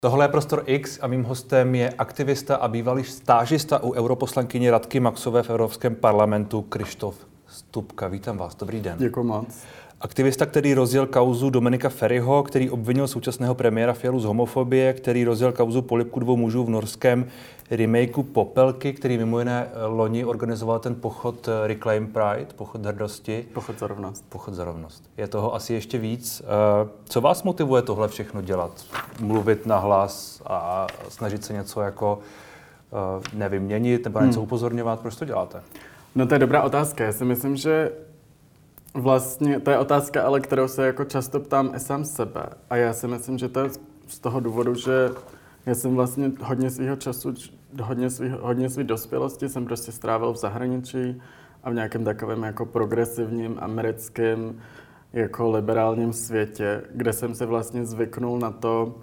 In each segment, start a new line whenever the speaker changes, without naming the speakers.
Tohle je Prostor X a mým hostem je aktivista a bývalý stážista u europoslankyně Radky Maxové v Evropském parlamentu Kryštof Stupka. Vítám vás, dobrý den.
Děkuji moc.
Aktivista, který rozjel kauzu Dominika Feriho, který obvinil současného premiéra Fialu z homofobie, který rozjel kauzu polibku dvou mužů v norském remakeu Popelky, který mimo jiné loni organizoval ten pochod Reclaim Pride, pochod hrdosti.
Pochod za rovnost.
Pochod za rovnost. Je toho asi ještě víc. Co vás motivuje tohle všechno dělat? Mluvit nahlas a snažit se něco jako nevyměnit nebo něco upozorňovat? Proč to děláte?
No to je dobrá otázka. Já si myslím, že vlastně to je otázka, ale kterou se jako často ptám i sám sebe. A já si myslím, že to je z toho důvodu, že já jsem vlastně hodně svého času, hodně své dospělosti jsem prostě strávil v zahraničí a v nějakém takovém jako progresivním, americkém, jako liberálním světě, kde jsem se vlastně zvyknul na to,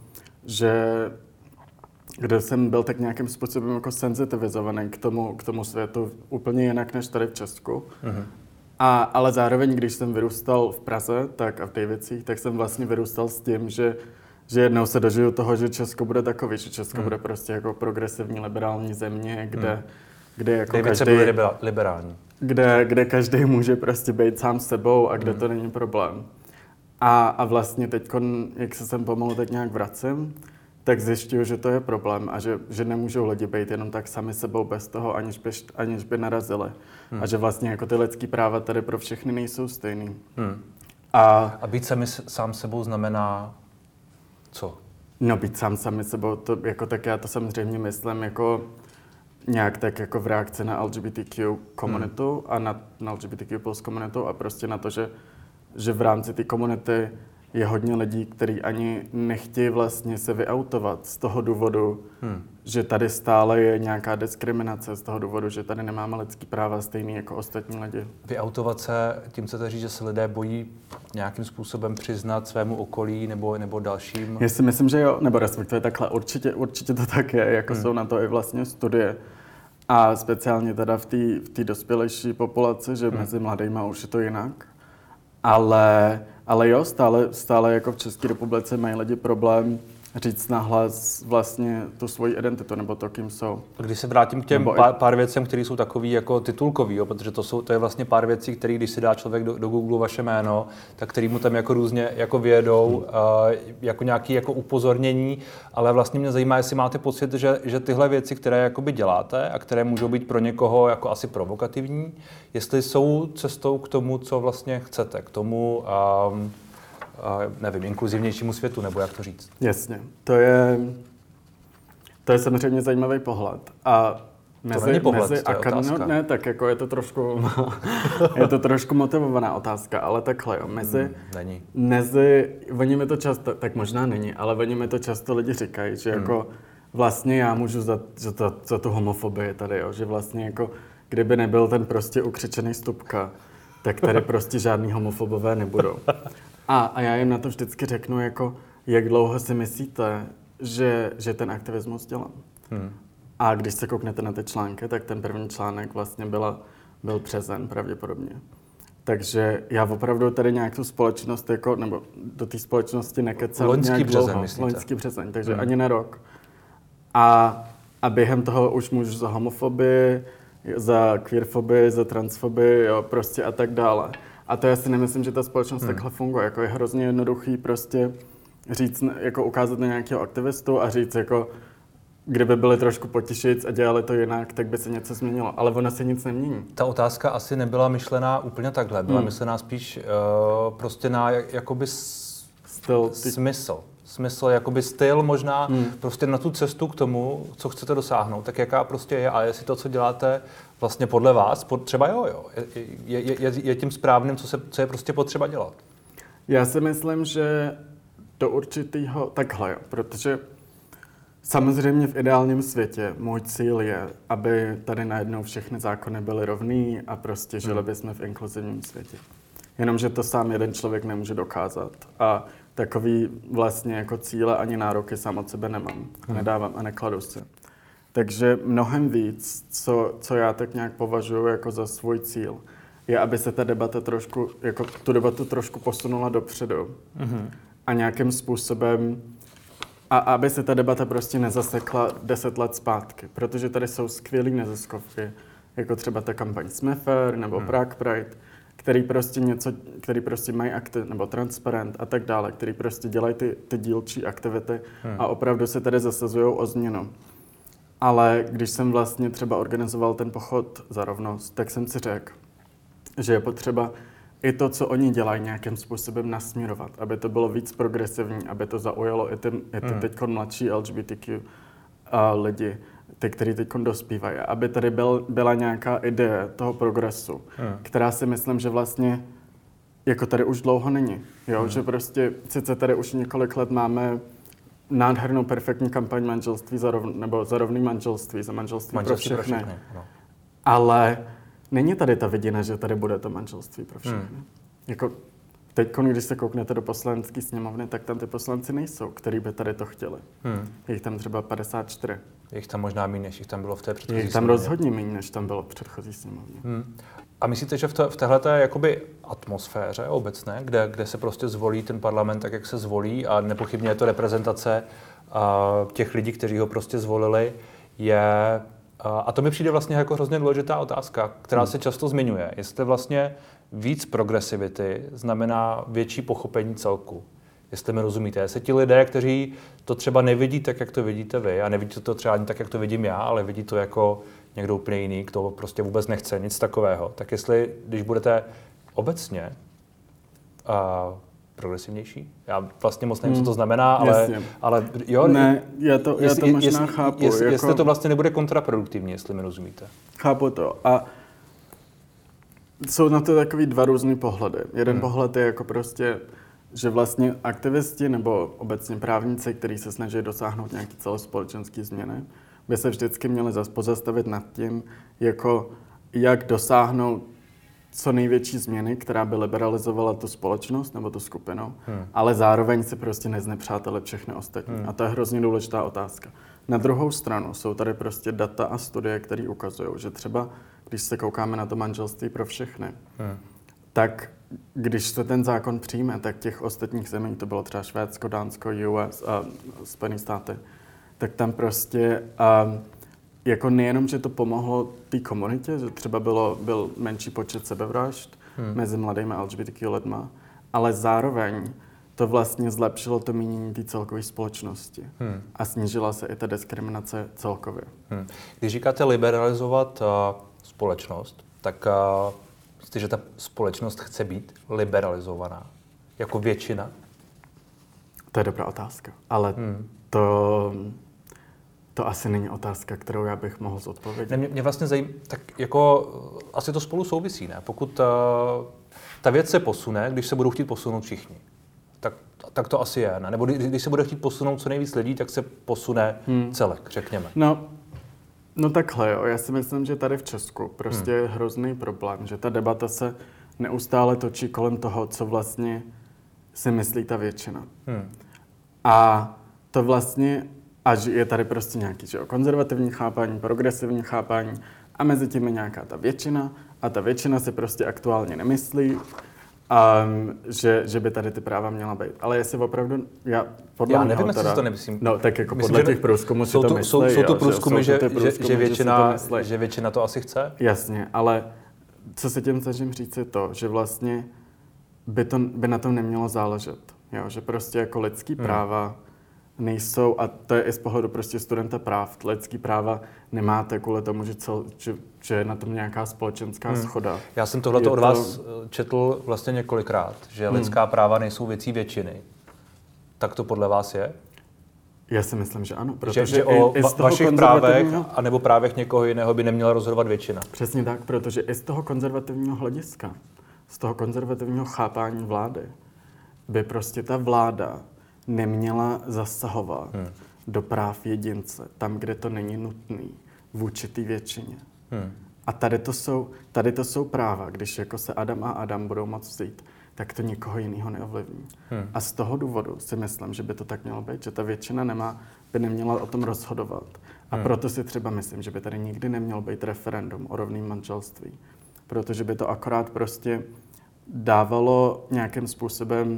kde jsem byl tak nějakým způsobem jako senzitivizovaný k tomu světu úplně jinak než tady v Česku. Mm-hmm. Ale zároveň, když jsem vyrůstal v Praze tak a v Dejvicích, tak jsem vlastně vyrůstal s tím, že jednou se dožiju toho, že Česko bude takový, že Česko bude prostě jako progresivní, liberální země, kde jako
Dejvice byly liberální.
Kde každý může prostě být sám sebou a kde to není problém. A vlastně teď, jak se sem pomalu teď nějak vracím, tak zjišťuju, že to je problém a že nemůžou lidi být jenom tak sami sebou bez toho, aniž by narazili. A že vlastně jako ty lidský práva tady pro všechny nejsou stejný.
A být sám sebou znamená co?
No být sami sebou, to, jako, tak já to samozřejmě myslím jako nějak tak jako v reakci na LGBTQ komunitu a na LGBTQ plus komunitu a prostě na to, že v rámci té komunity je hodně lidí, kteří ani nechtějí vlastně se vyautovat z toho důvodu, že tady stále je nějaká diskriminace, z toho důvodu, že tady nemáme lidský práva stejný jako ostatní lidi.
Vyautovat se, tím chcete říct, že se lidé bojí nějakým způsobem přiznat svému okolí nebo dalším?
Já si myslím, že jo, nebo respektive takhle, určitě to tak je, jako jsou na to i vlastně studie. A speciálně teda v té dospělejší populaci, že mezi mladýma už je to jinak. Ale jo, stále jako v České republice mají lidi problém říct nahlas vlastně tu svoji identitu, nebo to, kým jsou.
Když se vrátím k těm pár věcem, které jsou takový jako titulkový, jo, protože to je vlastně pár věcí, které když si dá člověk do Google vaše jméno, tak který mu tam jako různě jako vyjedou, jako nějaké jako upozornění, ale vlastně mě zajímá, jestli máte pocit, že tyhle věci, které jakoby děláte a které můžou být pro někoho jako asi provokativní, jestli jsou cestou k tomu, co vlastně chcete, k tomu nevím, inkluzivnějšímu světu, nebo jak to říct.
Jasně. To je samozřejmě zajímavý pohled. A
to není pohled, to je
otázka. Ne, tak jako je to trošku motivovaná otázka, ale takhle, jo. Oni mi to často, tak možná není, ale oni mi to často lidi říkají, že jako vlastně já můžu za tu homofobii tady, jo, že vlastně jako kdyby nebyl ten prostě ukřičený Stupka, tak tady prostě žádný homofobové nebudou. A já jim na to vždycky řeknu, jako, jak dlouho si myslíte, že ten aktivismus dělám. A když se kouknete na ty články, tak ten první článek vlastně byl březen pravděpodobně. Takže já opravdu tady nějak tu společnost, jako, nebo do té společnosti nekecám nějak dlouho. Loňský březen, takže ani na rok. A během toho už můžu za homofobii, za queerfobii, za transfobii, jo, prostě a tak dále. A to já si nemyslím, že ta společnost takhle funguje. Jako je hrozně jednoduchý prostě říct, jako ukázat na nějakého aktivistu a říct, jako kdyby byli trošku potišit a dělali to jinak, tak by se něco změnilo. Ale ono se nic nemění.
Ta otázka asi nebyla myšlená úplně takhle. Byla myšlená spíš prostě na jakoby smysl, jakoby styl možná prostě na tu cestu k tomu, co chcete dosáhnout. Tak jaká prostě je a jestli to, co děláte vlastně podle vás, třeba je tím správným, co je prostě potřeba dělat.
Já si myslím, že do určitého takhle, protože samozřejmě v ideálním světě můj cíl je, aby tady najednou všechny zákony byly rovný a prostě žili bychom v inkluzivním světě. Jenomže to sám jeden člověk nemůže dokázat. A takový vlastně jako cíle ani nároky sám od sebe nemám. Nedávám a nekladu si. Takže mnohem víc, co já tak nějak považuji jako za svůj cíl, je, aby se ta debata trošku, jako tu debatu trošku posunula dopředu. A nějakým způsobem A aby se ta debata prostě nezasekla 10 let zpátky, protože tady jsou skvělý neziskovky, jako třeba ta kampaň Jsme fair nebo Prague Pride, který prostě mají nebo Transparent a tak dále, který prostě dělají ty dílčí aktivity a opravdu se tady zasazují o změnu. Ale když jsem vlastně třeba organizoval ten pochod za rovnost, tak jsem si řekl, že je potřeba i to, co oni dělají, nějakým způsobem nasměrovat, aby to bylo víc progresivní, aby to zaujalo i ty teď mladší LGBTQ lidi, ty, kteří teď dospívají, aby tady byla nějaká idea toho progresu, která si myslím, že vlastně jako tady už dlouho není. Jo? Že prostě sice tady už několik let máme nádhernou, perfektní kampaň manželství za rovný manželství, za manželství pro všechny.
No.
Ale není tady ta vidina, že tady bude to manželství pro všechny. Jako teď, když se kouknete do poslanecké sněmovny, tak tam ty poslanci nejsou, kteří by tady to chtěli. Je jich tam třeba 54.
Je jich tam možná méně, než jich tam bylo v té předchozí
Je jich tam rozhodně méně, než tam bylo v předchozí sněmovně.
A myslíte, že v téhleté jakoby atmosféře obecné, kde se prostě zvolí ten parlament tak, jak se zvolí a nepochybně je to reprezentace těch lidí, kteří ho prostě zvolili, a to mi přijde vlastně jako hrozně důležitá otázka, která se často zmiňuje. Jestli vlastně víc progresivity znamená větší pochopení celku. Jestli mi rozumíte. Jestli ti lidé, kteří to třeba nevidí tak, jak to vidíte vy, a nevidí to třeba ani tak, jak to vidím já, ale vidí to jako někdo úplně jiný, kdo prostě vůbec nechce nic takového, tak jestli, když budete obecně progresivnější, já vlastně moc nevím, co to znamená, ale jo.
Ne, já to možná chápu.
Jestli to vlastně nebude kontraproduktivní, jestli mi rozumíte.
Chápu to. A jsou na to takový dva různý pohledy. Jeden pohled je jako prostě, že vlastně aktivisti nebo obecně právníci, kteří se snaží dosáhnout nějaké celospolečenské změny, by se vždycky měli pozastavit nad tím, jako jak dosáhnout co největší změny, která by liberalizovala tu společnost nebo tu skupinu, ale zároveň si prostě neznepřátelit všechny ostatní. A to je hrozně důležitá otázka. Na druhou stranu jsou tady prostě data a studie, které ukazují, že třeba, když se koukáme na to manželství pro všechny, tak když se ten zákon přijme, tak těch ostatních zemí, to bylo třeba Švédsko, Dánsko, US a Spojené státy, tak tam prostě jako nejenom, že to pomohlo té komunitě, že třeba byl menší počet sebevražd mezi mladými LGBTQ lidma, ale zároveň to vlastně zlepšilo to mínění té celkové společnosti a snížila se i ta diskriminace celkově.
Když říkáte liberalizovat společnost, tak myslíte, že ta společnost chce být liberalizovaná jako většina?
To je dobrá otázka, ale to asi není otázka, kterou já bych mohl zodpovědět.
Mě vlastně zajímá, tak jako asi to spolu souvisí, ne? Pokud ta věc se posune, když se budou chtít posunout všichni, tak to asi je, ne? Nebo když se bude chtít posunout co nejvíc lidí, tak se posune celek, řekněme.
No takhle, jo. Já si myslím, že tady v Česku prostě je hrozný problém, že ta debata se neustále točí kolem toho, co vlastně si myslí ta většina. A to vlastně, je tady prostě nějaký konzervativní chápání, progresivní chápání a mezi tím je nějaká ta většina a ta většina si prostě aktuálně nemyslí, že by tady ty práva měla být. Ale jestli opravdu, já
nevím, jestli si to nemyslím.
No, tak jako myslím, podle těch průzkumů si to myslí.
Jsou to průzkumy, že většina to asi chce?
Jasně, ale co se tím snažím říct je to, že vlastně by na tom nemělo záležet. Jo? Že prostě jako lidský práva nejsou, a to je i z pohledu prostě studenta práv, lidský práva nemáte kvůli tomu, že je na tom nějaká společenská shoda.
Já jsem tohleto od vás četl vlastně několikrát, že lidská práva nejsou věcí většiny. Tak to podle vás je?
Já si myslím, že ano. Protože
že o vašich právech anebo právech někoho jiného by neměla rozhodovat většina.
Přesně tak, protože i z toho konzervativního hlediska, z toho konzervativního chápání vlády, by prostě ta vláda neměla zasahovat do práv jedince, tam, kde to není nutný, vůči té většině. A tady to jsou práva, když jako se Adam a Adam budou moct vzít, tak to nikoho jiného neovlivní. A z toho důvodu si myslím, že by to tak mělo být, že ta většina by neměla o tom rozhodovat. A proto si třeba myslím, že by tady nikdy nemělo být referendum o rovném manželství. Protože by to akorát prostě dávalo nějakým způsobem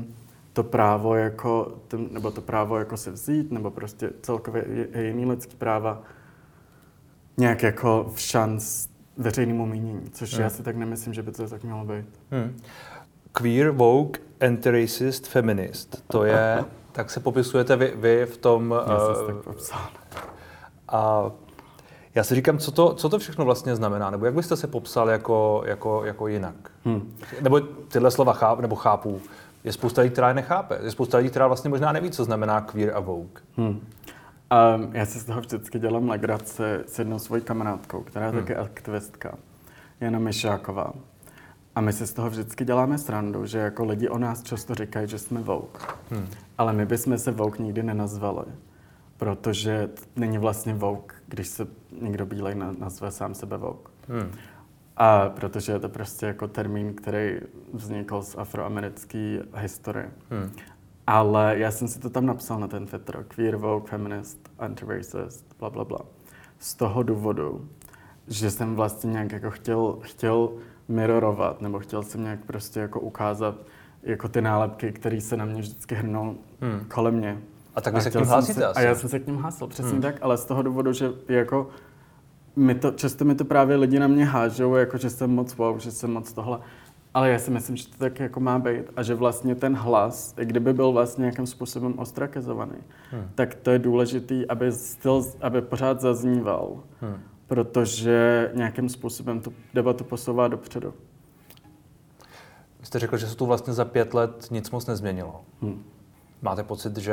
to právo jako, nebo to právo jako se vzít, nebo prostě celkově jiný lidský práva nějak jako v šanc veřejnému mínění, což já si tak nemyslím, že by to tak mělo být.
Queer, woke, anti-racist, feminist. To je, tak se popisujete vy v tom...
Já jsem tak popsal.
A já si říkám, co to všechno vlastně znamená, nebo jak byste se popsal jako jinak? Nebo tyhle slova chápu. Je spousta lidí, která je nechápe. Je spousta lidí, která vlastně možná neví, co znamená queer a woke.
Já si z toho vždycky dělám legraci s jednou svojí kamarádkou, která je taky aktivistka, Jana Myšáková. A my si z toho vždycky děláme srandu, že jako lidi o nás často říkají, že jsme woke. Ale my bychom se woke nikdy nenazvali, protože není vlastně woke, když se někdo bílej nazve sám sebe woke. A protože je to prostě jako termín, který vznikl z afroamerické historie. Ale já jsem si to tam napsal na ten Twitter. Queer, woke, feminist, anti-racist, bla, bla, bla. Z toho důvodu, že jsem vlastně nějak jako chtěl mirrorovat, nebo chtěl jsem nějak prostě jako ukázat jako ty nálepky, které se na mě vždycky hrnou kolem mě.
A tak vy se k tím hlásíte asi.
A já jsem se k tím hlásil, přesně tak, ale z toho důvodu, že jako často mi to právě lidi na mě hážou, jako že jsem moc woke, že jsem moc tohle. Ale já si myslím, že to tak jako má být a že vlastně ten hlas, i kdyby byl vlastně nějakým způsobem ostrakizovaný, tak to je důležitý, aby pořád zazníval, protože nějakým způsobem tu debatu posouvá dopředu.
Vy jste řekl, že se tu vlastně za 5 let nic moc nezměnilo. Máte pocit, že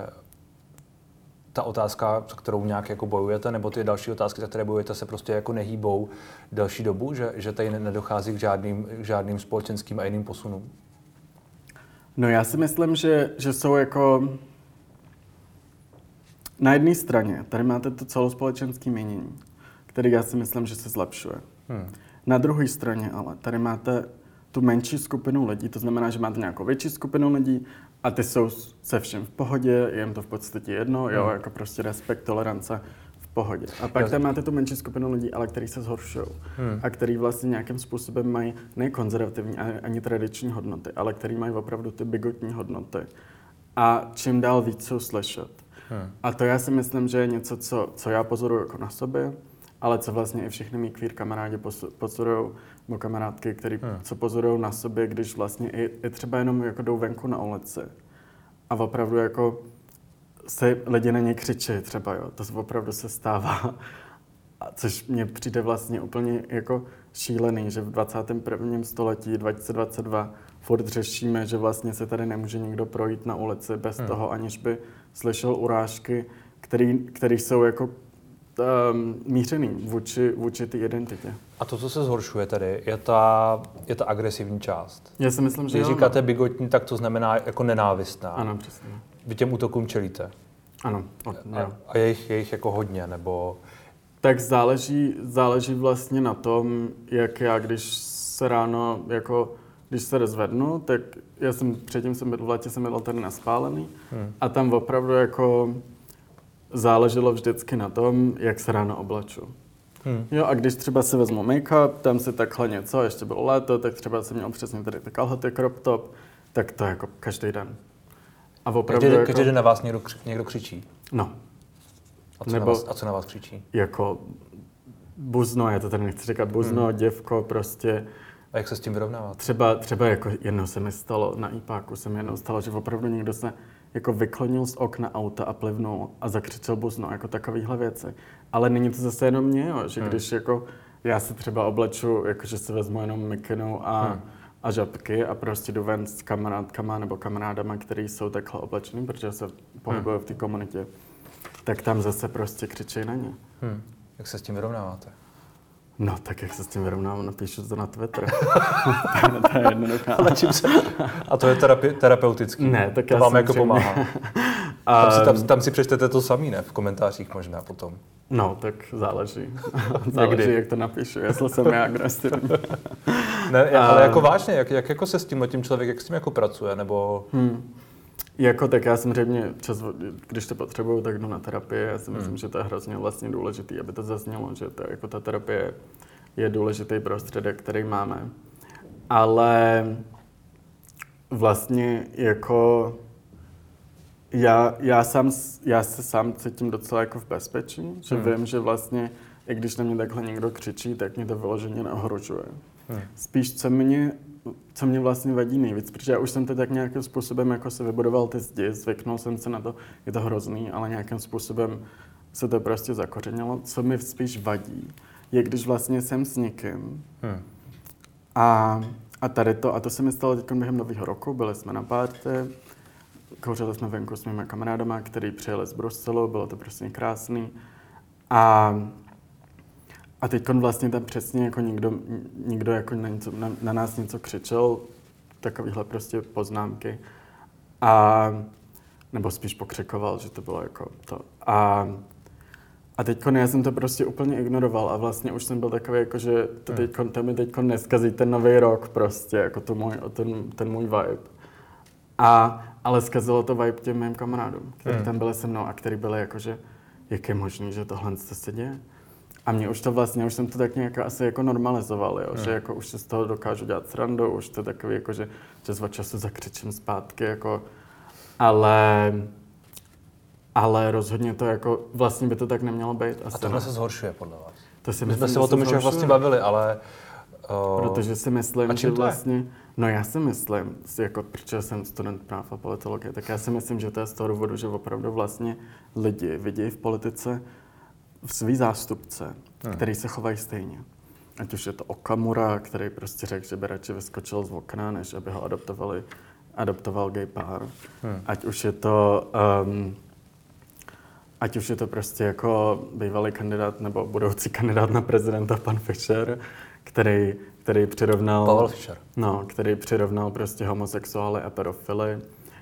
ta otázka, s kterou nějak jako bojujete, nebo ty další otázky, za které bojujete, se prostě jako nehýbou delší dobu, že tady nedochází k žádným společenským a jiným posunům?
No já si myslím, že jsou jako... Na jedné straně tady máte to celospolečenské mínění, který já si myslím, že se zlepšuje. Na druhé straně ale tady máte tu menší skupinu lidí, to znamená, že máte nějakou větší skupinu lidí a ty jsou se všem v pohodě, je jim to v podstatě jedno, jo, jako prostě respekt, tolerance, v pohodě. A pak tam máte tu menší skupinu lidí, ale který se zhoršují a který vlastně nějakým způsobem mají ne konzervativní ani tradiční hodnoty, ale který mají opravdu ty bigotní hodnoty. A čím dál víc jsou slyšet. A to já si myslím, že je něco, co já pozoruju jako na sobě, ale co vlastně i všichni mý queer kamarádi pozorují, nebo kamarádky, který co pozorují na sobě, když vlastně i třeba jenom jako jdou venku na ulici. A opravdu jako se lidi na ně křičí třeba, jo, to opravdu se stává. Což mně přijde vlastně úplně jako šílený, že v 21. století 2022 furt řešíme, že vlastně se tady nemůže nikdo projít na ulici bez toho, aniž by slyšel urážky, které jsou jako mířený vůči té identitě.
A to, co se zhoršuje tady, je ta agresivní část.
Já si myslím, že
když říkáte bigotní, tak to znamená jako nenávistná.
Ano, přesně.
Vy těm útokům čelíte.
Ano.
A je jich jako hodně, nebo...
Tak záleží vlastně na tom, jak já, když se ráno, jako, když se rozvednu, tak já jsem předtím v létě jsem byl tady na Spálený a tam opravdu jako záleželo vždycky na tom, jak se ráno oblaču. Jo, a když třeba si vezmu make-up, tam si takhle něco, ještě bylo léto, tak třeba jsem měl přesně tady ty kalhoty, crop top, tak to jako každý den. A opravdu
každý den na vás někdo křičí?
No.
A co na vás křičí?
Jako buzno, já to tady nechci říkat, buzno, děvko, prostě.
A jak se s tím vyrovnáváte?
Třeba jako jednou se mi stalo, na IPáku se mi jednou stalo, že opravdu někdo se jako vyklonil z okna auta a plivnul a zakřičel buzno, jako takovýhle věci. Ale není to zase jenom mě, jo, že když jako já se třeba obleču, jakože si vezmu jenom mikinu a žabky a prostě jdu ven s kamarádkama nebo kamarádama, který jsou takhle oblečený, protože se pohybují v té komunitě, tak tam zase prostě křičí na ně.
Jak se s tím vyrovnáváte?
No, tak jak se s tím vyrovnávám, napíšu to na Twitter. To je jednoduchá.
A to je terapeutický?
Ne, tak
to vám jako pomáhá. Tam si přečtete to samý, ne? V komentářích možná potom.
No, tak záleží. Záleží, jak to napíšu, jestli jsem já agresivní.
Ne, ale jako vážně, jak jako se s tím člověk, jak s tím jako pracuje, nebo...
Jako tak já samozřejmě, když to potřebuju, tak jdu na terapii. Já si myslím, že to je hrozně vlastně důležitý, aby to zaznělo, že to, jako ta terapie je důležitý prostředek, který máme. Ale vlastně jako já se sám cítím docela jako v bezpečí, že vím, že vlastně, i když na mě takhle někdo křičí, tak mě to vyloženě neohrožuje. Spíš, co mě vlastně vadí nejvíc, protože já už jsem to tak nějakým způsobem jako se vybudoval ty zdi, zvyknul jsem se na to, je to hrozný, ale nějakým způsobem se to prostě zakořenilo. Co mi spíš vadí, je když vlastně jsem s někým a to se mi stalo teď během nového roku, byli jsme na párty, kouřili jsme venku s mými kamarádama, který přijeli z Bruselu, bylo to prostě krásný. A teď vlastně tam přesně jako někdo jako na nás něco křičel, takovýhle prostě poznámky. Nebo spíš pokřikoval, že to bylo jako to. A teďko já jsem to prostě úplně ignoroval a vlastně už jsem byl takový, jako, že to mi teďko neskazí ten nový rok prostě, jako ten můj vibe. Ale zkazilo to vibe těm mým kamarádům, kteří tam byli se mnou a kteří byli jako, že jak je možný, že tohle se děje. A mě už jsem to tak nějak asi jako normalizoval, jo? Že jako už se z toho dokážu dělat srandu, už to takový jako, že čas od času zakřičím zpátky, jako, ale rozhodně to jako, vlastně by to tak nemělo být.
A tohle se zhoršuje podle vás?
My
jsme se o tom už vlastně bavili, ale...
Protože si myslím, že vlastně... No já si myslím, jako, protože jsem student práv a politologie, tak já si myslím, že to je z toho důvodu, že opravdu vlastně lidi vidí v politice svý zástupce, který se chovají stejně. Ať už je to Okamura, který prostě řekl, že by radši vyskočil z okna, než aby ho adoptoval gay pár. Ať už je to prostě jako bývalý kandidát nebo budoucí kandidát na prezidenta pan Fischer, který přirovnal...
Pavel Fischer.
No, který přirovnal prostě homosexuály a pedofily.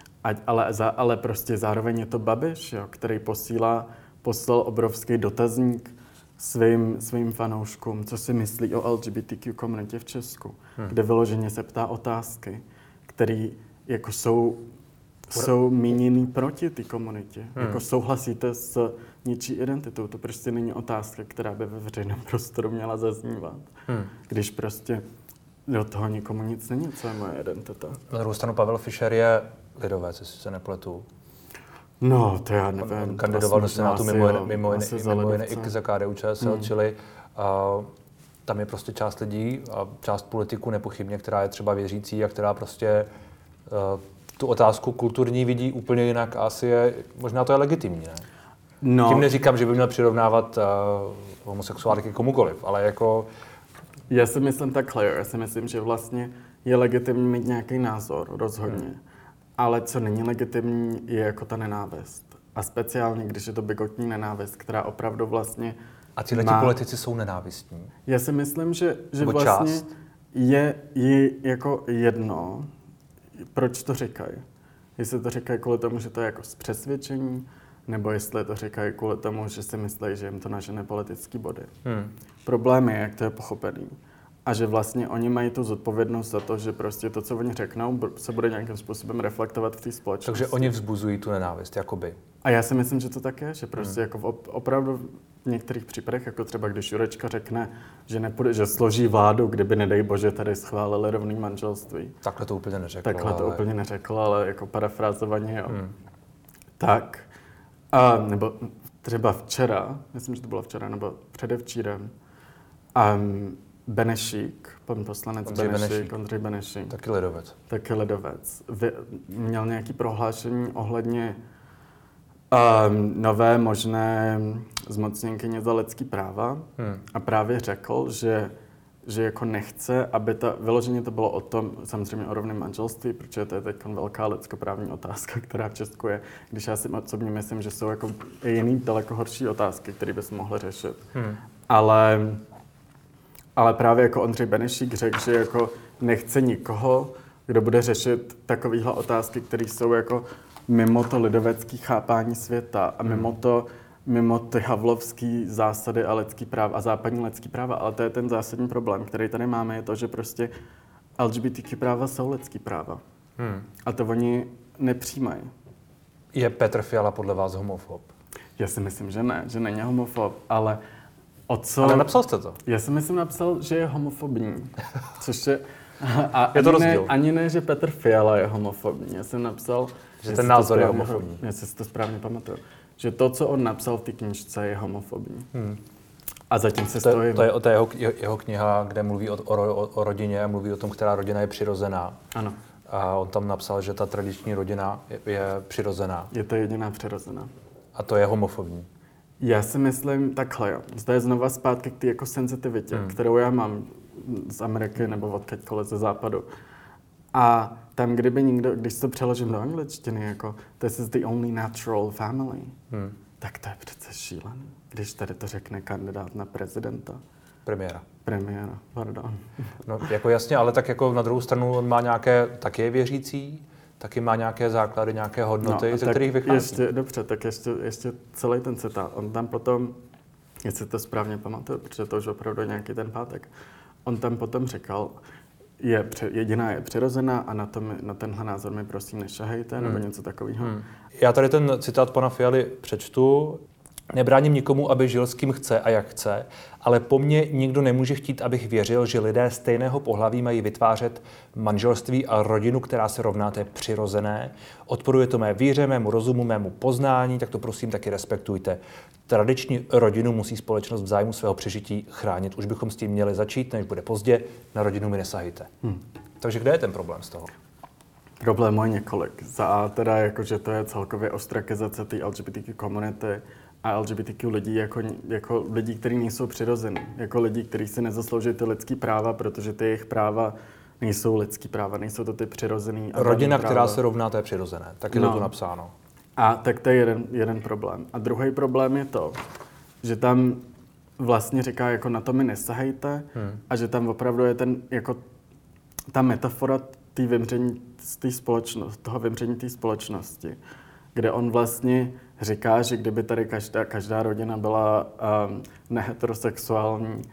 Ale prostě zároveň je to Babiš, jo, který poslal obrovský dotazník svým fanouškům, co si myslí o LGBTQ komunitě v Česku, kde vyloženě se ptá otázky, které jako jsou míněný proti té komunitě. Jako souhlasíte s něčí identitou. To prostě není otázka, která by ve veřejném prostoru měla zaznívat. Když prostě do toho nikomu nic není, co je moje identita.
Na druhou stranu Pavel Fischer je lidovec, jestli se nepletu.
No, to já nevím.
On kandidoval do Senátu mimo jiné i za KDU-ČSL, čili tam je prostě část lidí a část politiků nepochybně, která je třeba věřící a která prostě tu otázku kulturní vidí úplně jinak a asi možná to je legitimní, ne? No. Tím neříkám, že by měl přirovnávat homosexuály k komukoliv, ale jako...
Já si myslím takhle, já si myslím, že vlastně je legitimní mít nějaký názor, rozhodně. Ale co není legitimní, je jako ta nenávist. A speciálně, když je to bigotní nenávist, která opravdu vlastně
a tyhle politici jsou nenávistní?
Já si myslím, že vlastně je jako jedno, proč to říkají. Jestli to říkají kvůli tomu, že to je jako z přesvědčení, nebo jestli to říkají kvůli tomu, že si myslí, že jim to nažene politický body. Problém je, jak to je pochopený. A že vlastně oni mají tu zodpovědnost za to, že prostě to, co oni řeknou, se bude nějakým způsobem reflektovat v té společnosti.
Takže oni vzbuzují tu nenávist, jakoby.
A já si myslím, že to tak je, že prostě jako opravdu v některých případech, jako třeba když Jurečka řekne, že složí vládu, kdyby, nedej bože, tady schválili rovný manželství.
Takhle to úplně neřekl.
Úplně neřekl, ale jako parafrázovaně, jo. Tak, nebo třeba včera, myslím, že to bylo včera, nebo předevčírem, Benešík, pan poslanec Ondřej Benešík. Taky lidovec. Měl nějaké prohlášení ohledně nové možné zmocněnkyně za lidský práva a právě řekl, že jako nechce, aby vyloženě to bylo o tom, samozřejmě o rovném manželství, protože to je teď velká lidskoprávní otázka, která v Česku je, když já si osobně myslím, že jsou jako jiný daleko horší otázky, které by se mohly řešit. Ale právě jako Ondřej Benešík řekl, že jako nechce nikoho, kdo bude řešit takovéhle otázky, které jsou jako mimo to lidovecké chápání světa a mimo ty havlovský zásady a lidský práva a západní lidský práva. Ale to je ten zásadní problém, který tady máme, je to, že prostě LGBTQ práva jsou lidský práva. A to oni nepřijímají.
Je Petr Fiala podle vás homofob?
Já si myslím, že ne, že není homofob, ale
Ale napsal jste to?
Já si myslím napsal, že je homofobní, což je...
Je to rozdíl.
Ani ne, že Petr Fiala je homofobní. Já jsem napsal,
že ten názor je homofobní.
Já si to správně pamatuju. Že to, co on napsal v té knížce, je homofobní. A zatím se stojím.
To je jeho kniha, kde mluví o rodině a mluví o tom, která rodina je přirozená.
Ano.
A on tam napsal, že ta tradiční rodina je přirozená.
Je to jediná přirozená.
A to je homofobní.
Já si myslím takhle, jo. Zde je znova zpátky k té jako senzitivitě, kterou já mám z Ameriky nebo odkaďkoliv ze západu. A tam, kdyby někdo, když to přeložím do angličtiny, jako this is the only natural family, tak to je přece šílený, když tady to řekne kandidát na prezidenta. Premiéra, pardon.
No, jako jasně, ale tak jako na druhou stranu on má nějaké, taky je věřící, taky má nějaké základy, nějaké hodnoty, ze kterých vychází.
Ještě celý ten citát. On tam potom, jestli to správně pamatuju, protože to už opravdu je nějaký ten pátek, on tam potom říkal, jediná je přirozená a na tenhle názor mi prosím nešahejte, nebo něco takového.
Já tady ten citát pana Fialy přečtu. Nebráním nikomu, aby žil s kým chce a jak chce, ale po mně nikdo nemůže chtít, abych věřil, že lidé stejného pohlaví mají vytvářet manželství a rodinu, která se rovná té přirozené. Odporuje to mé víře, mému rozumu, mému poznání, tak to prosím taky respektujte. Tradiční rodinu musí společnost v zájmu svého přežití chránit. Už bychom s tím měli začít, než bude pozdě, na rodinu mi nesahejte. Takže kde je ten problém z toho?
Problémů je několik. Za A teda, jakože to je celkově ostrakizace té LGBTQ komunity a LGBTQ lidí jako lidí, kteří nejsou přirození. Jako lidí, kteří si nezaslouží ty lidský práva, protože ty jejich práva nejsou lidský práva, nejsou to ty přirozený.
Rodina, která se rovná té přirozené. Tak je to tu napsáno.
A tak to je jeden problém. A druhý problém je to, že tam vlastně říká, jako na to mi nesahejte a že tam opravdu je ta metafora toho vymření té společnosti, kde on vlastně říká, že kdyby tady každá rodina byla neheterosexuální,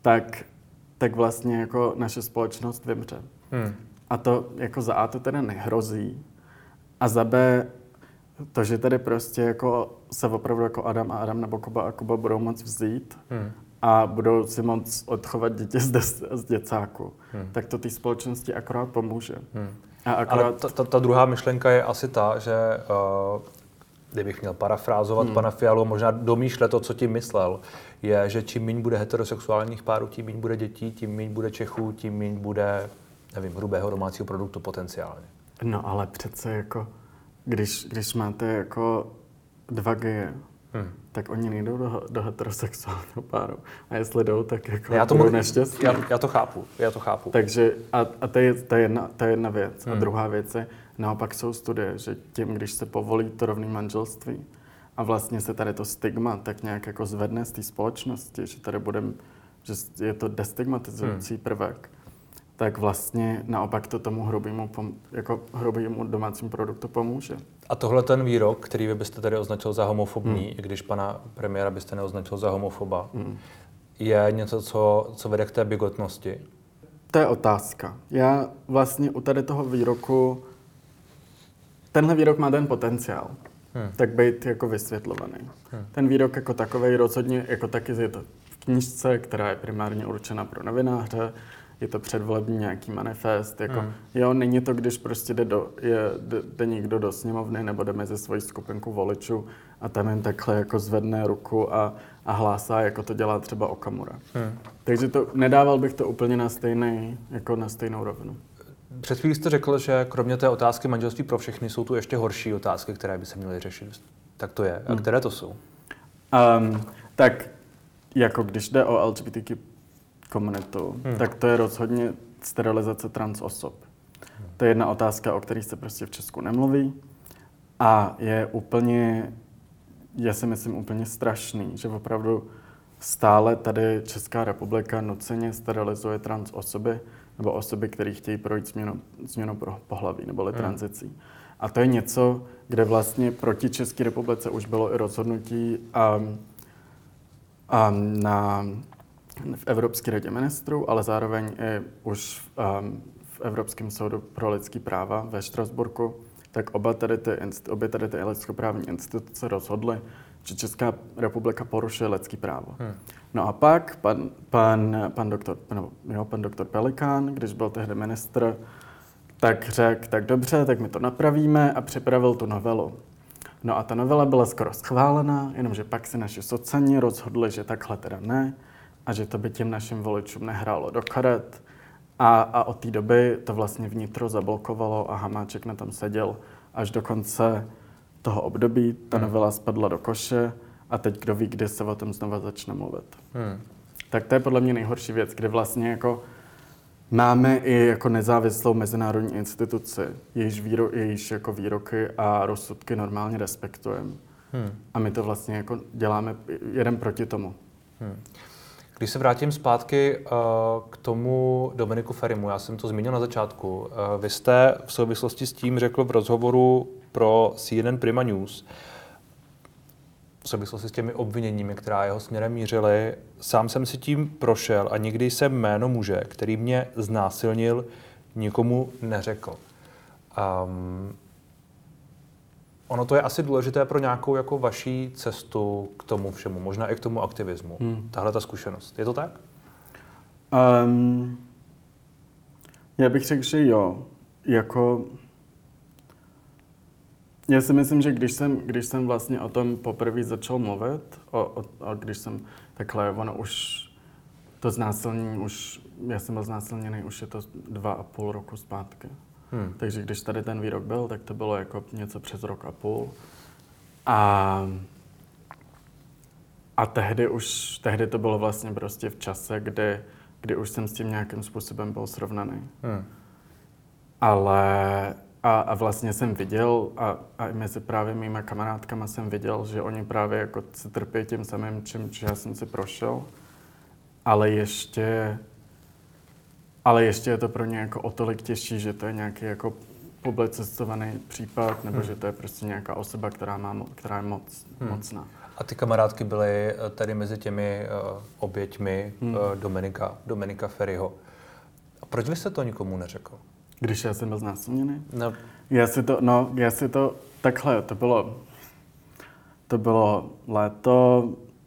tak vlastně jako naše společnost vymře. A to jako za A to teda nehrozí a za B to, že tady prostě jako se opravdu jako Adam a Adam nebo Kuba a Kuba budou moc vzít a budou si moc odchovat děti z děcáku, tak to té společnosti akorát pomůže.
Ale ta druhá myšlenka je asi ta, že kdybych měl parafrázovat pana Fialu, možná domýšlet to, co tím myslel, je, že čím méně bude heterosexuálních párů, tím méně bude dětí, tím méně bude Čechů, tím méně bude, nevím, hrubého domácího produktu potenciálně.
No ale přece jako, když máte jako dva geje, tak oni nejdou do heterosexuálního páru. A jestli jdou, tak jako budou neštěstí.
Já to chápu.
Takže a to je jedna věc. A druhá věc je, naopak jsou studie, že tím, když se povolí to rovné manželství a vlastně se tady to stigma tak nějak jako zvedne z té společnosti, že tady že je to destigmatizující prvek, tak vlastně naopak to tomu hrubému domácímu produktu pomůže.
A tohle ten výrok, který vy byste tady označil za homofobní, i když pana premiéra byste neoznačil za homofoba, je něco, co vede k té bigotnosti?
To je otázka. Já vlastně u tady toho výroku, tenhle výrok má ten potenciál, tak být jako vysvětlovaný. Ten výrok jako takovej rozhodně, jako taky je to v knížce, která je primárně určena pro novináře, je to předvolební nějaký manifest, jako jo, není to, když prostě jde někdo do sněmovny nebo jde mezi svoji skupinku voličů a tam jen takhle jako zvedne ruku a hlásá, jako to dělá třeba Okamura. Takže nedával bych to úplně na stejnou rovinu.
Před chvílí jste řekl, že kromě té otázky manželství pro všechny jsou tu ještě horší otázky, které by se měly řešit. Tak to je. A které to jsou?
Tak jako když jde o LGBTQ komunitu, tak to je rozhodně sterilizace trans osob. To je jedna otázka, o které se prostě v Česku nemluví a je úplně, já si myslím, úplně strašný, že opravdu stále tady Česká republika nuceně sterilizuje trans osoby nebo osoby, které chtějí projít změnou pohlaví nebo tranzicí. A to je něco, kde vlastně proti České republice už bylo i rozhodnutí v Evropské radě ministrů, ale zároveň i už v Evropském soudu pro lidský práva ve Štrasburku, tak obě tady ty lidskoprávní instituce rozhodly, že Česká republika porušuje lidský právo. No a pak pan doktor Pelikán, když byl tehdy ministr, tak řekl, tak dobře, tak my to napravíme a připravil tu novelu. No a ta novela byla skoro schválená, jenomže pak si naši socani rozhodli, že takhle teda ne a že to by těm našim voličům nehrálo do karet. A od té doby to vlastně vnitro zablokovalo a Hamáček na tom seděl až do konce toho období. Ta novela spadla do koše a teď kdo ví, kdy se o tom znova začne mluvit. Tak to je podle mě nejhorší věc, kdy vlastně jako máme i jako nezávislou mezinárodní instituci, jejíž jako výroky a rozsudky normálně respektujeme. A my to vlastně jako děláme jeden proti tomu.
Když se vrátím zpátky k tomu Dominiku Ferimu, já jsem to zmínil na začátku. Vy jste v souvislosti s tím řekl v rozhovoru pro CNN Prima News, v souvislosti s těmi obviněními, která jeho směrem mířily, sám jsem si tím prošel a nikdy jsem jméno muže, který mě znásilnil, nikomu neřekl. Ono to je asi důležité pro nějakou jako vaší cestu k tomu všemu, možná i k tomu aktivismu. Tahle ta zkušenost. Je to tak?
Já bych řekl, že jo. Jako já si myslím, že když jsem vlastně o tom poprvé začal mluvit, a když jsem takhle, ono už to znásilnění, já jsem byl znásilněný, už je to 2,5 roku zpátky. Takže když tady ten výrok byl, tak to bylo jako něco přes 1,5 roku. A tehdy to bylo vlastně prostě v čase, kdy už jsem s tím nějakým způsobem byl srovnaný. Ale a vlastně jsem viděl, a i mezi právě mýma kamarádkama jsem viděl, že oni právě jako se trpí tím samým, čím já jsem si prošel. Ale ještě je to pro ně jako o tolik těžší, že to je nějaký jako publicizovaný případ, nebo že to je prostě nějaká osoba, která je mocná.
A ty kamarádky byly tady mezi těmi oběťmi Dominika Feriho. A proč vy jste to nikomu neřekl?
Když já jsem byl znásilněný?
No.
Já si to takhle, to bylo léto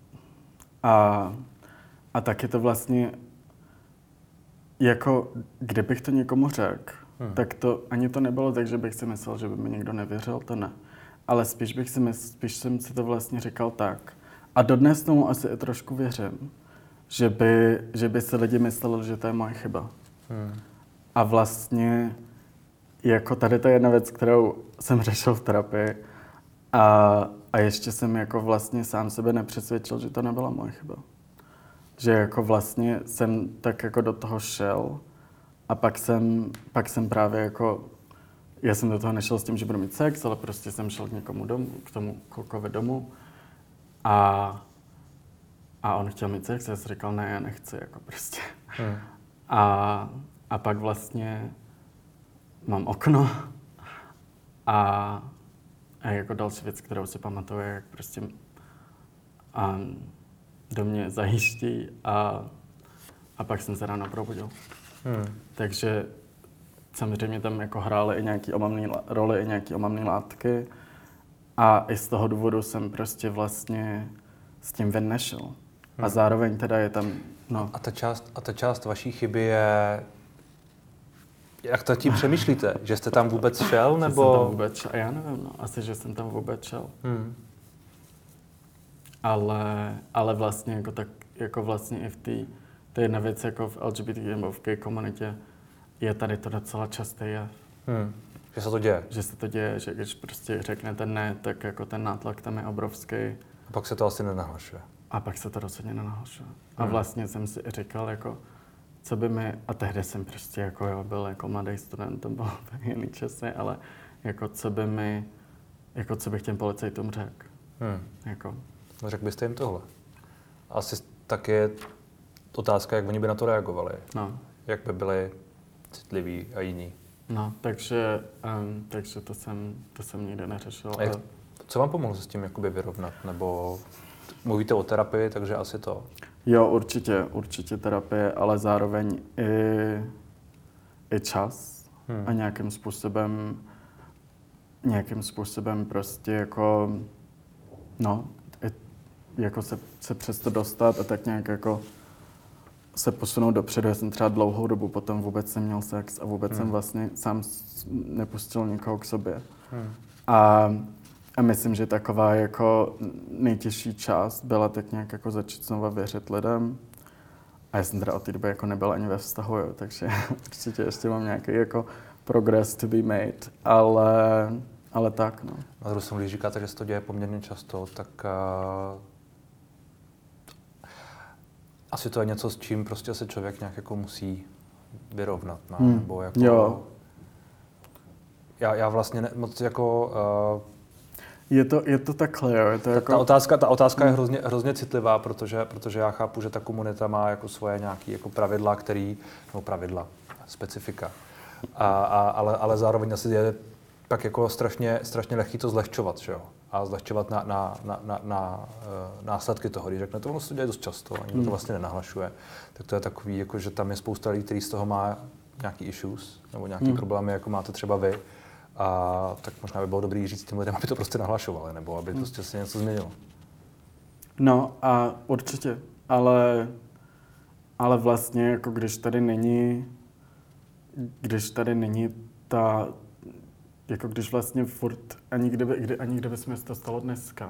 a taky to vlastně jako, kdybych to někomu řekl, tak to ani to nebylo tak, že bych si myslel, že by mi někdo nevěřil, to ne. Ale spíš jsem si to vlastně říkal tak. A dodnes tomu asi i trošku věřím, že by si lidi mysleli, že to je moje chyba. A vlastně jako tady to je jedna věc, kterou jsem řešil v terapii a ještě jsem jako vlastně sám sebe nepřesvědčil, že to nebyla moje chyba. Že jako vlastně jsem tak jako do toho šel a pak jsem právě jako, já jsem do toho nešel s tím, že budu mít sex, ale prostě jsem šel k někomu domů, k tomu klukovi domů a on chtěl mít sex a já jsem říkal, ne, já nechci, jako prostě. A pak vlastně mám okno a jako další věc, kterou si pamatuju, jak prostě do mě zajíždí a pak jsem se ráno probudil. Takže samozřejmě tam jako hrály i nějaký roli i nějaký omamné látky a i z toho důvodu jsem prostě vlastně s tím ven nešel. A zároveň teda je tam, no.
A ta část vaší chyby je, jak to tím přemýšlíte? Že jste tam vůbec šel, nebo?
Že jsem tam vůbec šel, já nevím, no. Asi, že jsem tam vůbec šel. Ale vlastně jako tak, jako vlastně i v to je jedna věc jako v LGBT nebo v gay komunitě, je tady to docela časté jev.
Že se to děje?
Že se to děje, že když prostě řeknete ne, tak jako ten nátlak tam je obrovský.
A pak se to asi nenahlašuje.
A pak se to rozhodně nenahlašuje. A vlastně jsem si říkal, jako, co by mi, a tehdy jsem prostě jako, jo, byl jako mladý student, to bylo jiný časy, ale jako co bych těm policajtům řekl. Jako.
No, řekl byste jim tohle? Asi tak je otázka, jak oni by na to reagovali.
No.
Jak by byli citliví a jiní.
No, takže to jsem nikdy neřešil.
Co vám pomohlo se s tím jakoby vyrovnat? Nebo mluvíte o terapii, takže asi to?
Jo, určitě terapie, ale zároveň i čas a nějakým způsobem prostě jako, no, jako se přes to dostat a tak nějak jako se posunout dopředu. Já jsem třeba dlouhou dobu potom vůbec neměl sex a vůbec jsem vlastně sám nepustil nikoho k sobě. A myslím, že taková jako nejtěžší část byla tak nějak jako začít znova věřit lidem. A já jsem teda od té doby jako nebyl ani ve vztahu, jo, takže určitě ještě mám nějaký jako progress to be made, ale tak, no.
Na druhou stranu, když říkáte, že se to děje poměrně často, tak asi to je něco, s čím prostě se člověk nějak jako musí vyrovnat, ne? Nebo jako...
Jo.
Já vlastně moc jako...
Je to takhle, jo. Je to jako...
Ta otázka je hrozně citlivá, protože já chápu, že ta komunita má jako svoje nějaké jako pravidla, specifika. Ale zároveň asi je tak jako strašně lehký to zlehčovat, že jo? A zlehčovat na následky toho. Když řekne, ono se to děje dost často a nikdo to vlastně nenahlašuje, tak to je takový, jako, že tam je spousta lidí, kteří z toho má nějaký issues nebo nějaký problémy, jako máte třeba vy. A tak možná by bylo dobrý říct těm lidem, aby to prostě nahlašovali, nebo aby prostě se něco změnilo.
No a určitě, ale vlastně jako když tady není ta, jako když vlastně furt, ani kdyby se mi to stalo dneska,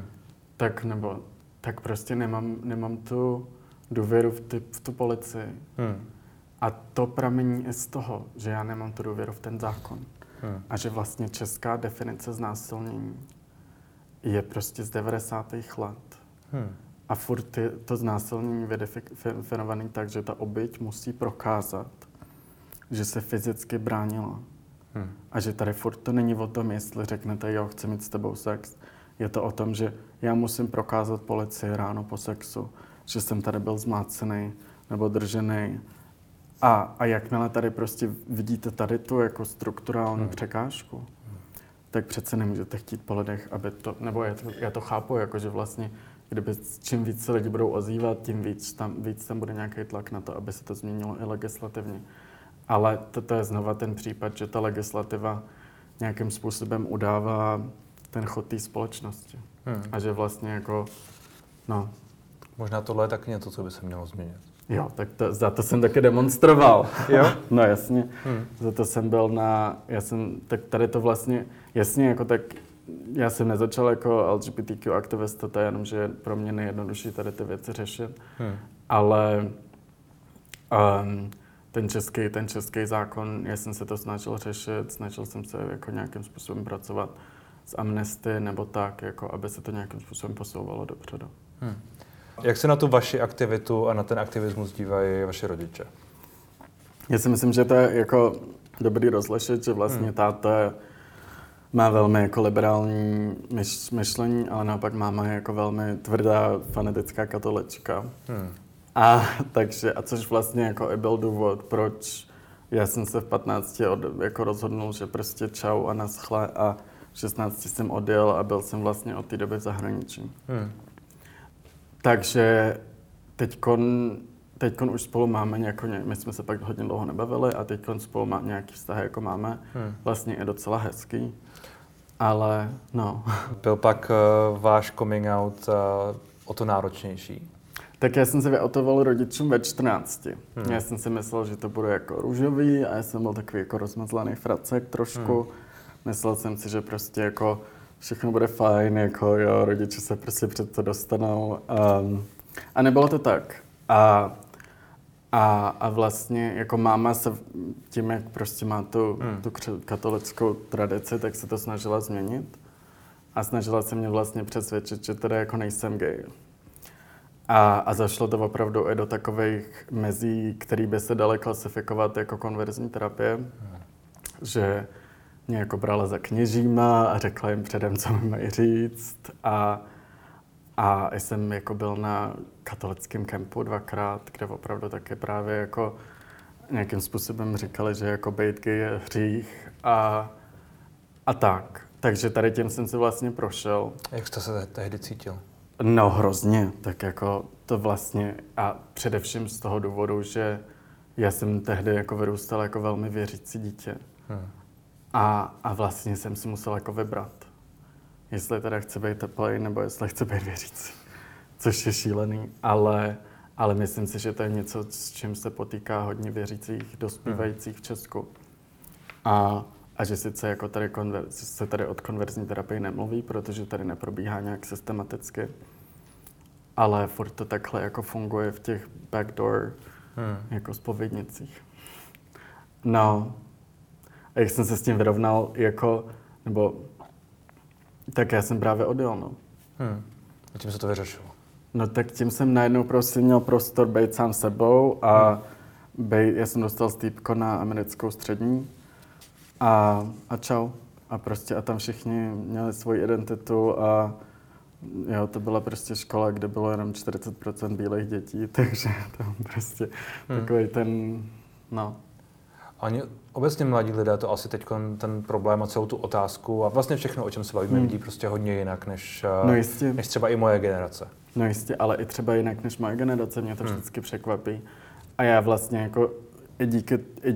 tak prostě nemám tu důvěru v tu policii. A to pramení i z toho, že já nemám tu důvěru v ten zákon. A že vlastně česká definice znásilnění je prostě z 90. let. A furt je to znásilnění definované tak, že ta oběť musí prokázat, že se fyzicky bránila. A že tady furt to není o tom, jestli řeknete, jo, chci mít s tebou sex. Je to o tom, že já musím prokázat policii ráno po sexu, že jsem tady byl zmácený nebo držený. A jakmile tady prostě vidíte tady tu jako strukturální překážku, tak přece nemůžete chtít po lidech, aby to, nebo já to chápu, jako že vlastně, čím víc se lidi budou ozývat, tím víc tam bude nějaký tlak na to, aby se to změnilo i legislativně. Ale to je znova ten případ, že ta legislativa nějakým způsobem udává ten chod té společnosti. A že vlastně jako, no.
Možná tohle je taky něco, co by se mělo změnit.
Jo, tak za to jsem taky demonstroval.
Jo?
No jasně. Za to jsem byl tak tady to vlastně, jasně, jako tak, já jsem nezačal jako LGBTQ aktivista, to je jenom, že pro mě nejjednodušší tady ty věci řešit. Ale ten český zákon, já jsem se to snažil řešit, snažil jsem se jako nějakým způsobem pracovat s Amnesty nebo tak, jako aby se to nějakým způsobem posouvalo dopředu.
Jak se na tu vaši aktivitu a na ten aktivismus dívají vaši rodiče?
Já si myslím, že to je jako dobrý rozlišit, že vlastně táta má velmi jako liberální myšlení, ale naopak máma je jako velmi tvrdá fanatická katolička. A což vlastně jako i byl důvod, proč já jsem se v 15 jako rozhodnul, že prostě čau a naschle a v 16 jsem odjel a byl jsem vlastně od té doby v zahraničí. Takže teďkon už spolu máme my jsme se pak hodně dlouho nebavili a teďkon spolu nějaký vztahy jako máme, vlastně je docela hezký, ale no.
Byl pak váš coming out o to náročnější?
Tak já jsem se vyautoval rodičům ve 14. Já jsem si myslel, že to bude jako růžový a já jsem byl takový jako rozmazlaný fracek trošku. Myslel jsem si, že prostě jako všechno bude fajn, jako jo, rodiče se prostě před to dostanou. A nebylo to tak. A vlastně jako máma se tím, jak prostě má tu katolickou tradici, tak se to snažila změnit. A snažila se mě vlastně přesvědčit, že teda jako nejsem gay. A zašlo to opravdu i do takových mezí, které by se daly klasifikovat jako konverzní terapie. Že mě jako brala za kněžíma a řekla jim předem, co mi mají říct. A jsem jako byl na katolickém kempu 2krát, kde opravdu taky právě jako nějakým způsobem říkali, že jako být gay je hřích a tak. Takže tady tím jsem si vlastně prošel.
Jak jste se tehdy cítil?
No hrozně, tak jako to vlastně a především z toho důvodu, že já jsem tehdy jako vyrůstal jako velmi věřící dítě. A vlastně jsem si musel jako vybrat, jestli teda chci být teplej nebo jestli chci být věřící. což je šílený, ale myslím si, že to je něco, s čím se potýká hodně věřících, dospívajících v Česku. A že sice jako se tady od konverzní terapie nemluví, protože tady neprobíhá nějak systematicky, ale furt to takhle jako funguje v těch backdoor jako zpovědnicích. No, a jak jsem se s tím vyrovnal, tak já jsem právě odjel, no.
A tím se to vyřešilo?
No tak tím jsem najednou prostě měl prostor být sám sebou a já jsem dostal stýpko na americkou střední a čau. A tam všichni měli svoji identitu a jo, to byla prostě škola, kde bylo jenom 40% bílých dětí, takže tam prostě takový ten, no.
Ani obecně mladí lidé to asi teď ten problém a celou tu otázku a vlastně všechno, o čem se bavíme, vidí prostě hodně jinak, než třeba i moje generace.
No jistě, ale i třeba jinak než moje generace, mě to vždycky překvapí. A já vlastně jako i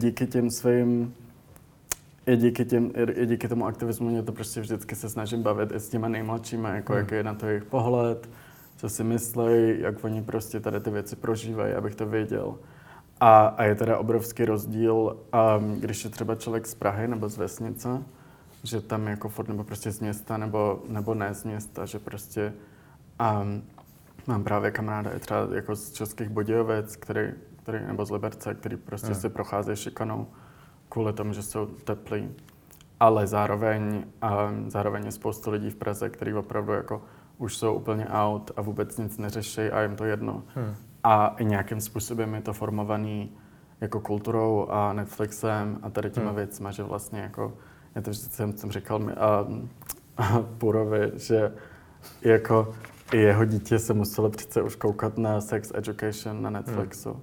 díky tomu aktivismu mě to prostě vždycky se snažím bavit i s těma nejmladšíma, jako jaký je na to jejich pohled, co si myslejí, jak oni prostě tady ty věci prožívají, abych to věděl. A je teda obrovský rozdíl, když je třeba člověk z Prahy nebo z vesnice, že tam jako furt nebo prostě z města nebo ne z města, že prostě mám právě kamaráda i třeba jako z Českých Budějovic, který nebo z Liberce, který prostě si procházejí šikanou kvůli tomu, že jsou teplí. Ale zároveň je spoustu lidí v Praze, kteří opravdu jako už jsou úplně out a vůbec nic neřeší a jim to jedno. A i nějakým způsobem je to formovaný jako kulturou a Netflixem a tady těma věcma, že vlastně jako, já to vždycky jsem říkal Purovi, že jako jeho dítě se muselo přece už koukat na Sex Education na Netflixu.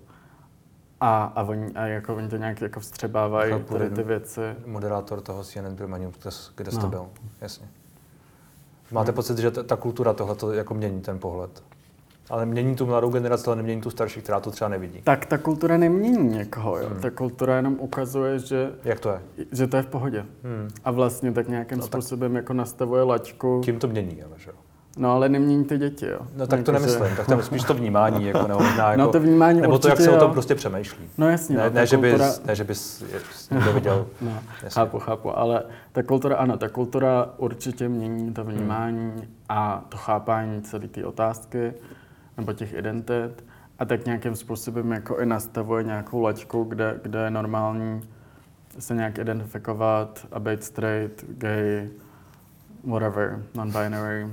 A oni to nějak jako vstřebávají tady ty věci.
Moderátor toho CNN Birmanium, kde jste byl, jasně. Máte pocit, že ta kultura tohleto jako mění ten pohled? Ale mění tu mladou generaci, ale nemění tu starší, která to třeba nevidí.
Tak ta kultura nemění někoho, jo. Ta kultura jenom ukazuje, že...
Jak to je?
Že to je v pohodě. A vlastně tak nějakým způsobem jako nastavuje laťku.
Kým to mění, ale že jo?
No ale nemění ty děti, jo.
No tak to nemyslím, tak tam spíš to vnímání, jako, nebo možná jako...
No to vnímání
nebo
určitě,
to, jak se o tom prostě přemýšlí.
No jasně.
Ne, že bys někdo viděl.
No, chápu, ale ta kultura určitě mění to vnímání a to chápání celé té otázky, nebo těch identit a tak nějakým způsobem jako i nastavuje nějakou laťku, kde je normální se nějak identifikovat a být straight, gay, whatever, non-binary.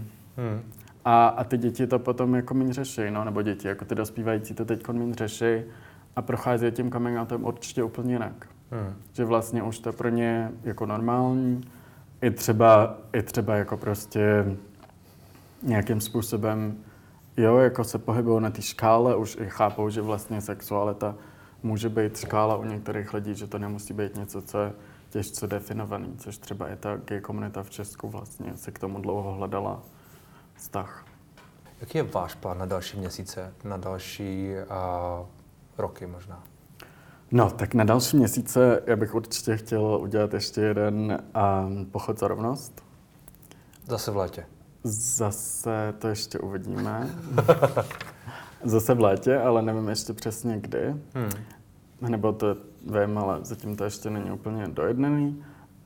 A ty děti to potom jako méně řeší, no, nebo děti, jako ty dospívající to teď méně řeší a prochází tím coming outem určitě úplně jinak. Že vlastně už to pro ně jako normální, i třeba jako prostě nějakým způsobem jo, jako se pohybují na té škále, už i chápou, že vlastně sexualita může být škála u některých lidí, že to nemusí být něco, co je těžce definovaný, což třeba i ta gay komunita v Česku vlastně se k tomu dlouho hledala vztah.
Jaký je váš plán na další měsíce, na další roky možná?
No, tak na další měsíce já bych určitě chtěl udělat ještě jeden pochod za rovnost.
Zase v létě?
Zase to ještě uvidíme. Zase v létě, ale nevím ještě přesně kdy. Nebo to vím, ale zatím to ještě není úplně dojednaný.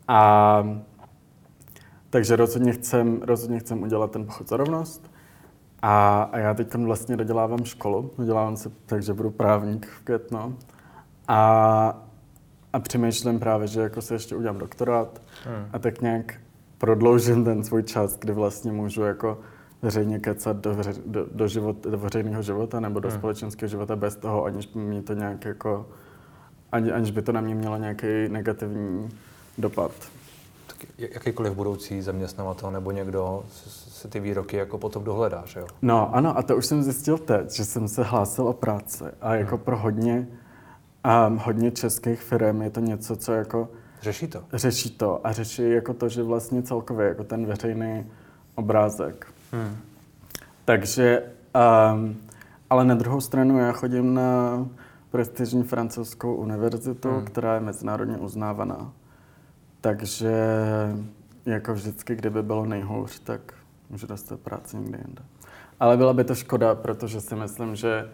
Takže rozhodně chcem udělat ten pochod za rovnost. A já teď vlastně dodělávám školu. Dodělávám se, takže budu právník v květnu. A přemýšlím právě, že jako se ještě udělám doktorát a tak nějak prodloužím ten svůj čas, kdy vlastně můžu jako veřejně kecat do veřejného života nebo do společenského života bez toho, aniž by mě to nějak jako, aniž by to na mě mělo nějaký negativní dopad.
Tak jakýkoliv budoucí zaměstnavatel nebo někdo si ty výroky jako potom dohledá, že jo?
No ano, a to už jsem zjistil teď, že jsem se hlásil o práci a jako pro hodně českých firm je to něco, co jako Řeší to a řeší jako to, že vlastně celkově jako ten veřejný obrázek. Takže, ale na druhou stranu já chodím na prestižní francouzskou univerzitu, která je mezinárodně uznávaná. Takže jako vždycky, kdyby bylo nejhůř, tak můžu dostat práci někde jinde. Ale byla by to škoda, protože si myslím, že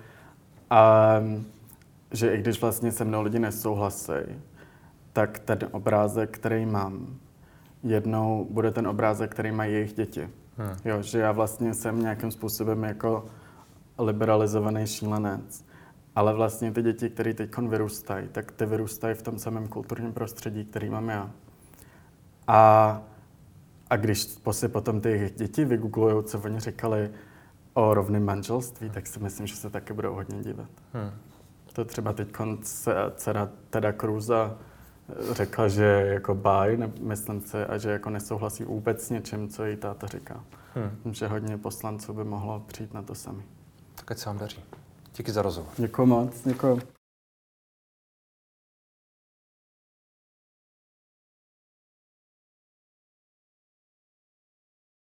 i když vlastně se mnou lidi nesouhlasí, tak ten obrázek, který mám, jednou bude ten obrázek, který mají jejich děti. Jo, že já vlastně jsem nějakým způsobem jako liberalizovaný šílenec. Ale vlastně ty děti, které teď vyrůstají, tak ty vyrůstají v tom samém kulturním prostředí, který mám já. A když si potom ty děti vygooglujou, co oni říkali o rovném manželství, tak si myslím, že se taky budou hodně dívat. To třeba teď dcera Teda Cruza řekla, že jako bi, myslím si, a že jako nesouhlasí vůbec s něčím, co její táta říká. Že hodně poslanců by mohlo přijít na to sami.
Tak ať se vám daří. Díky za rozhovor.
Děkuji moc. Děkuji.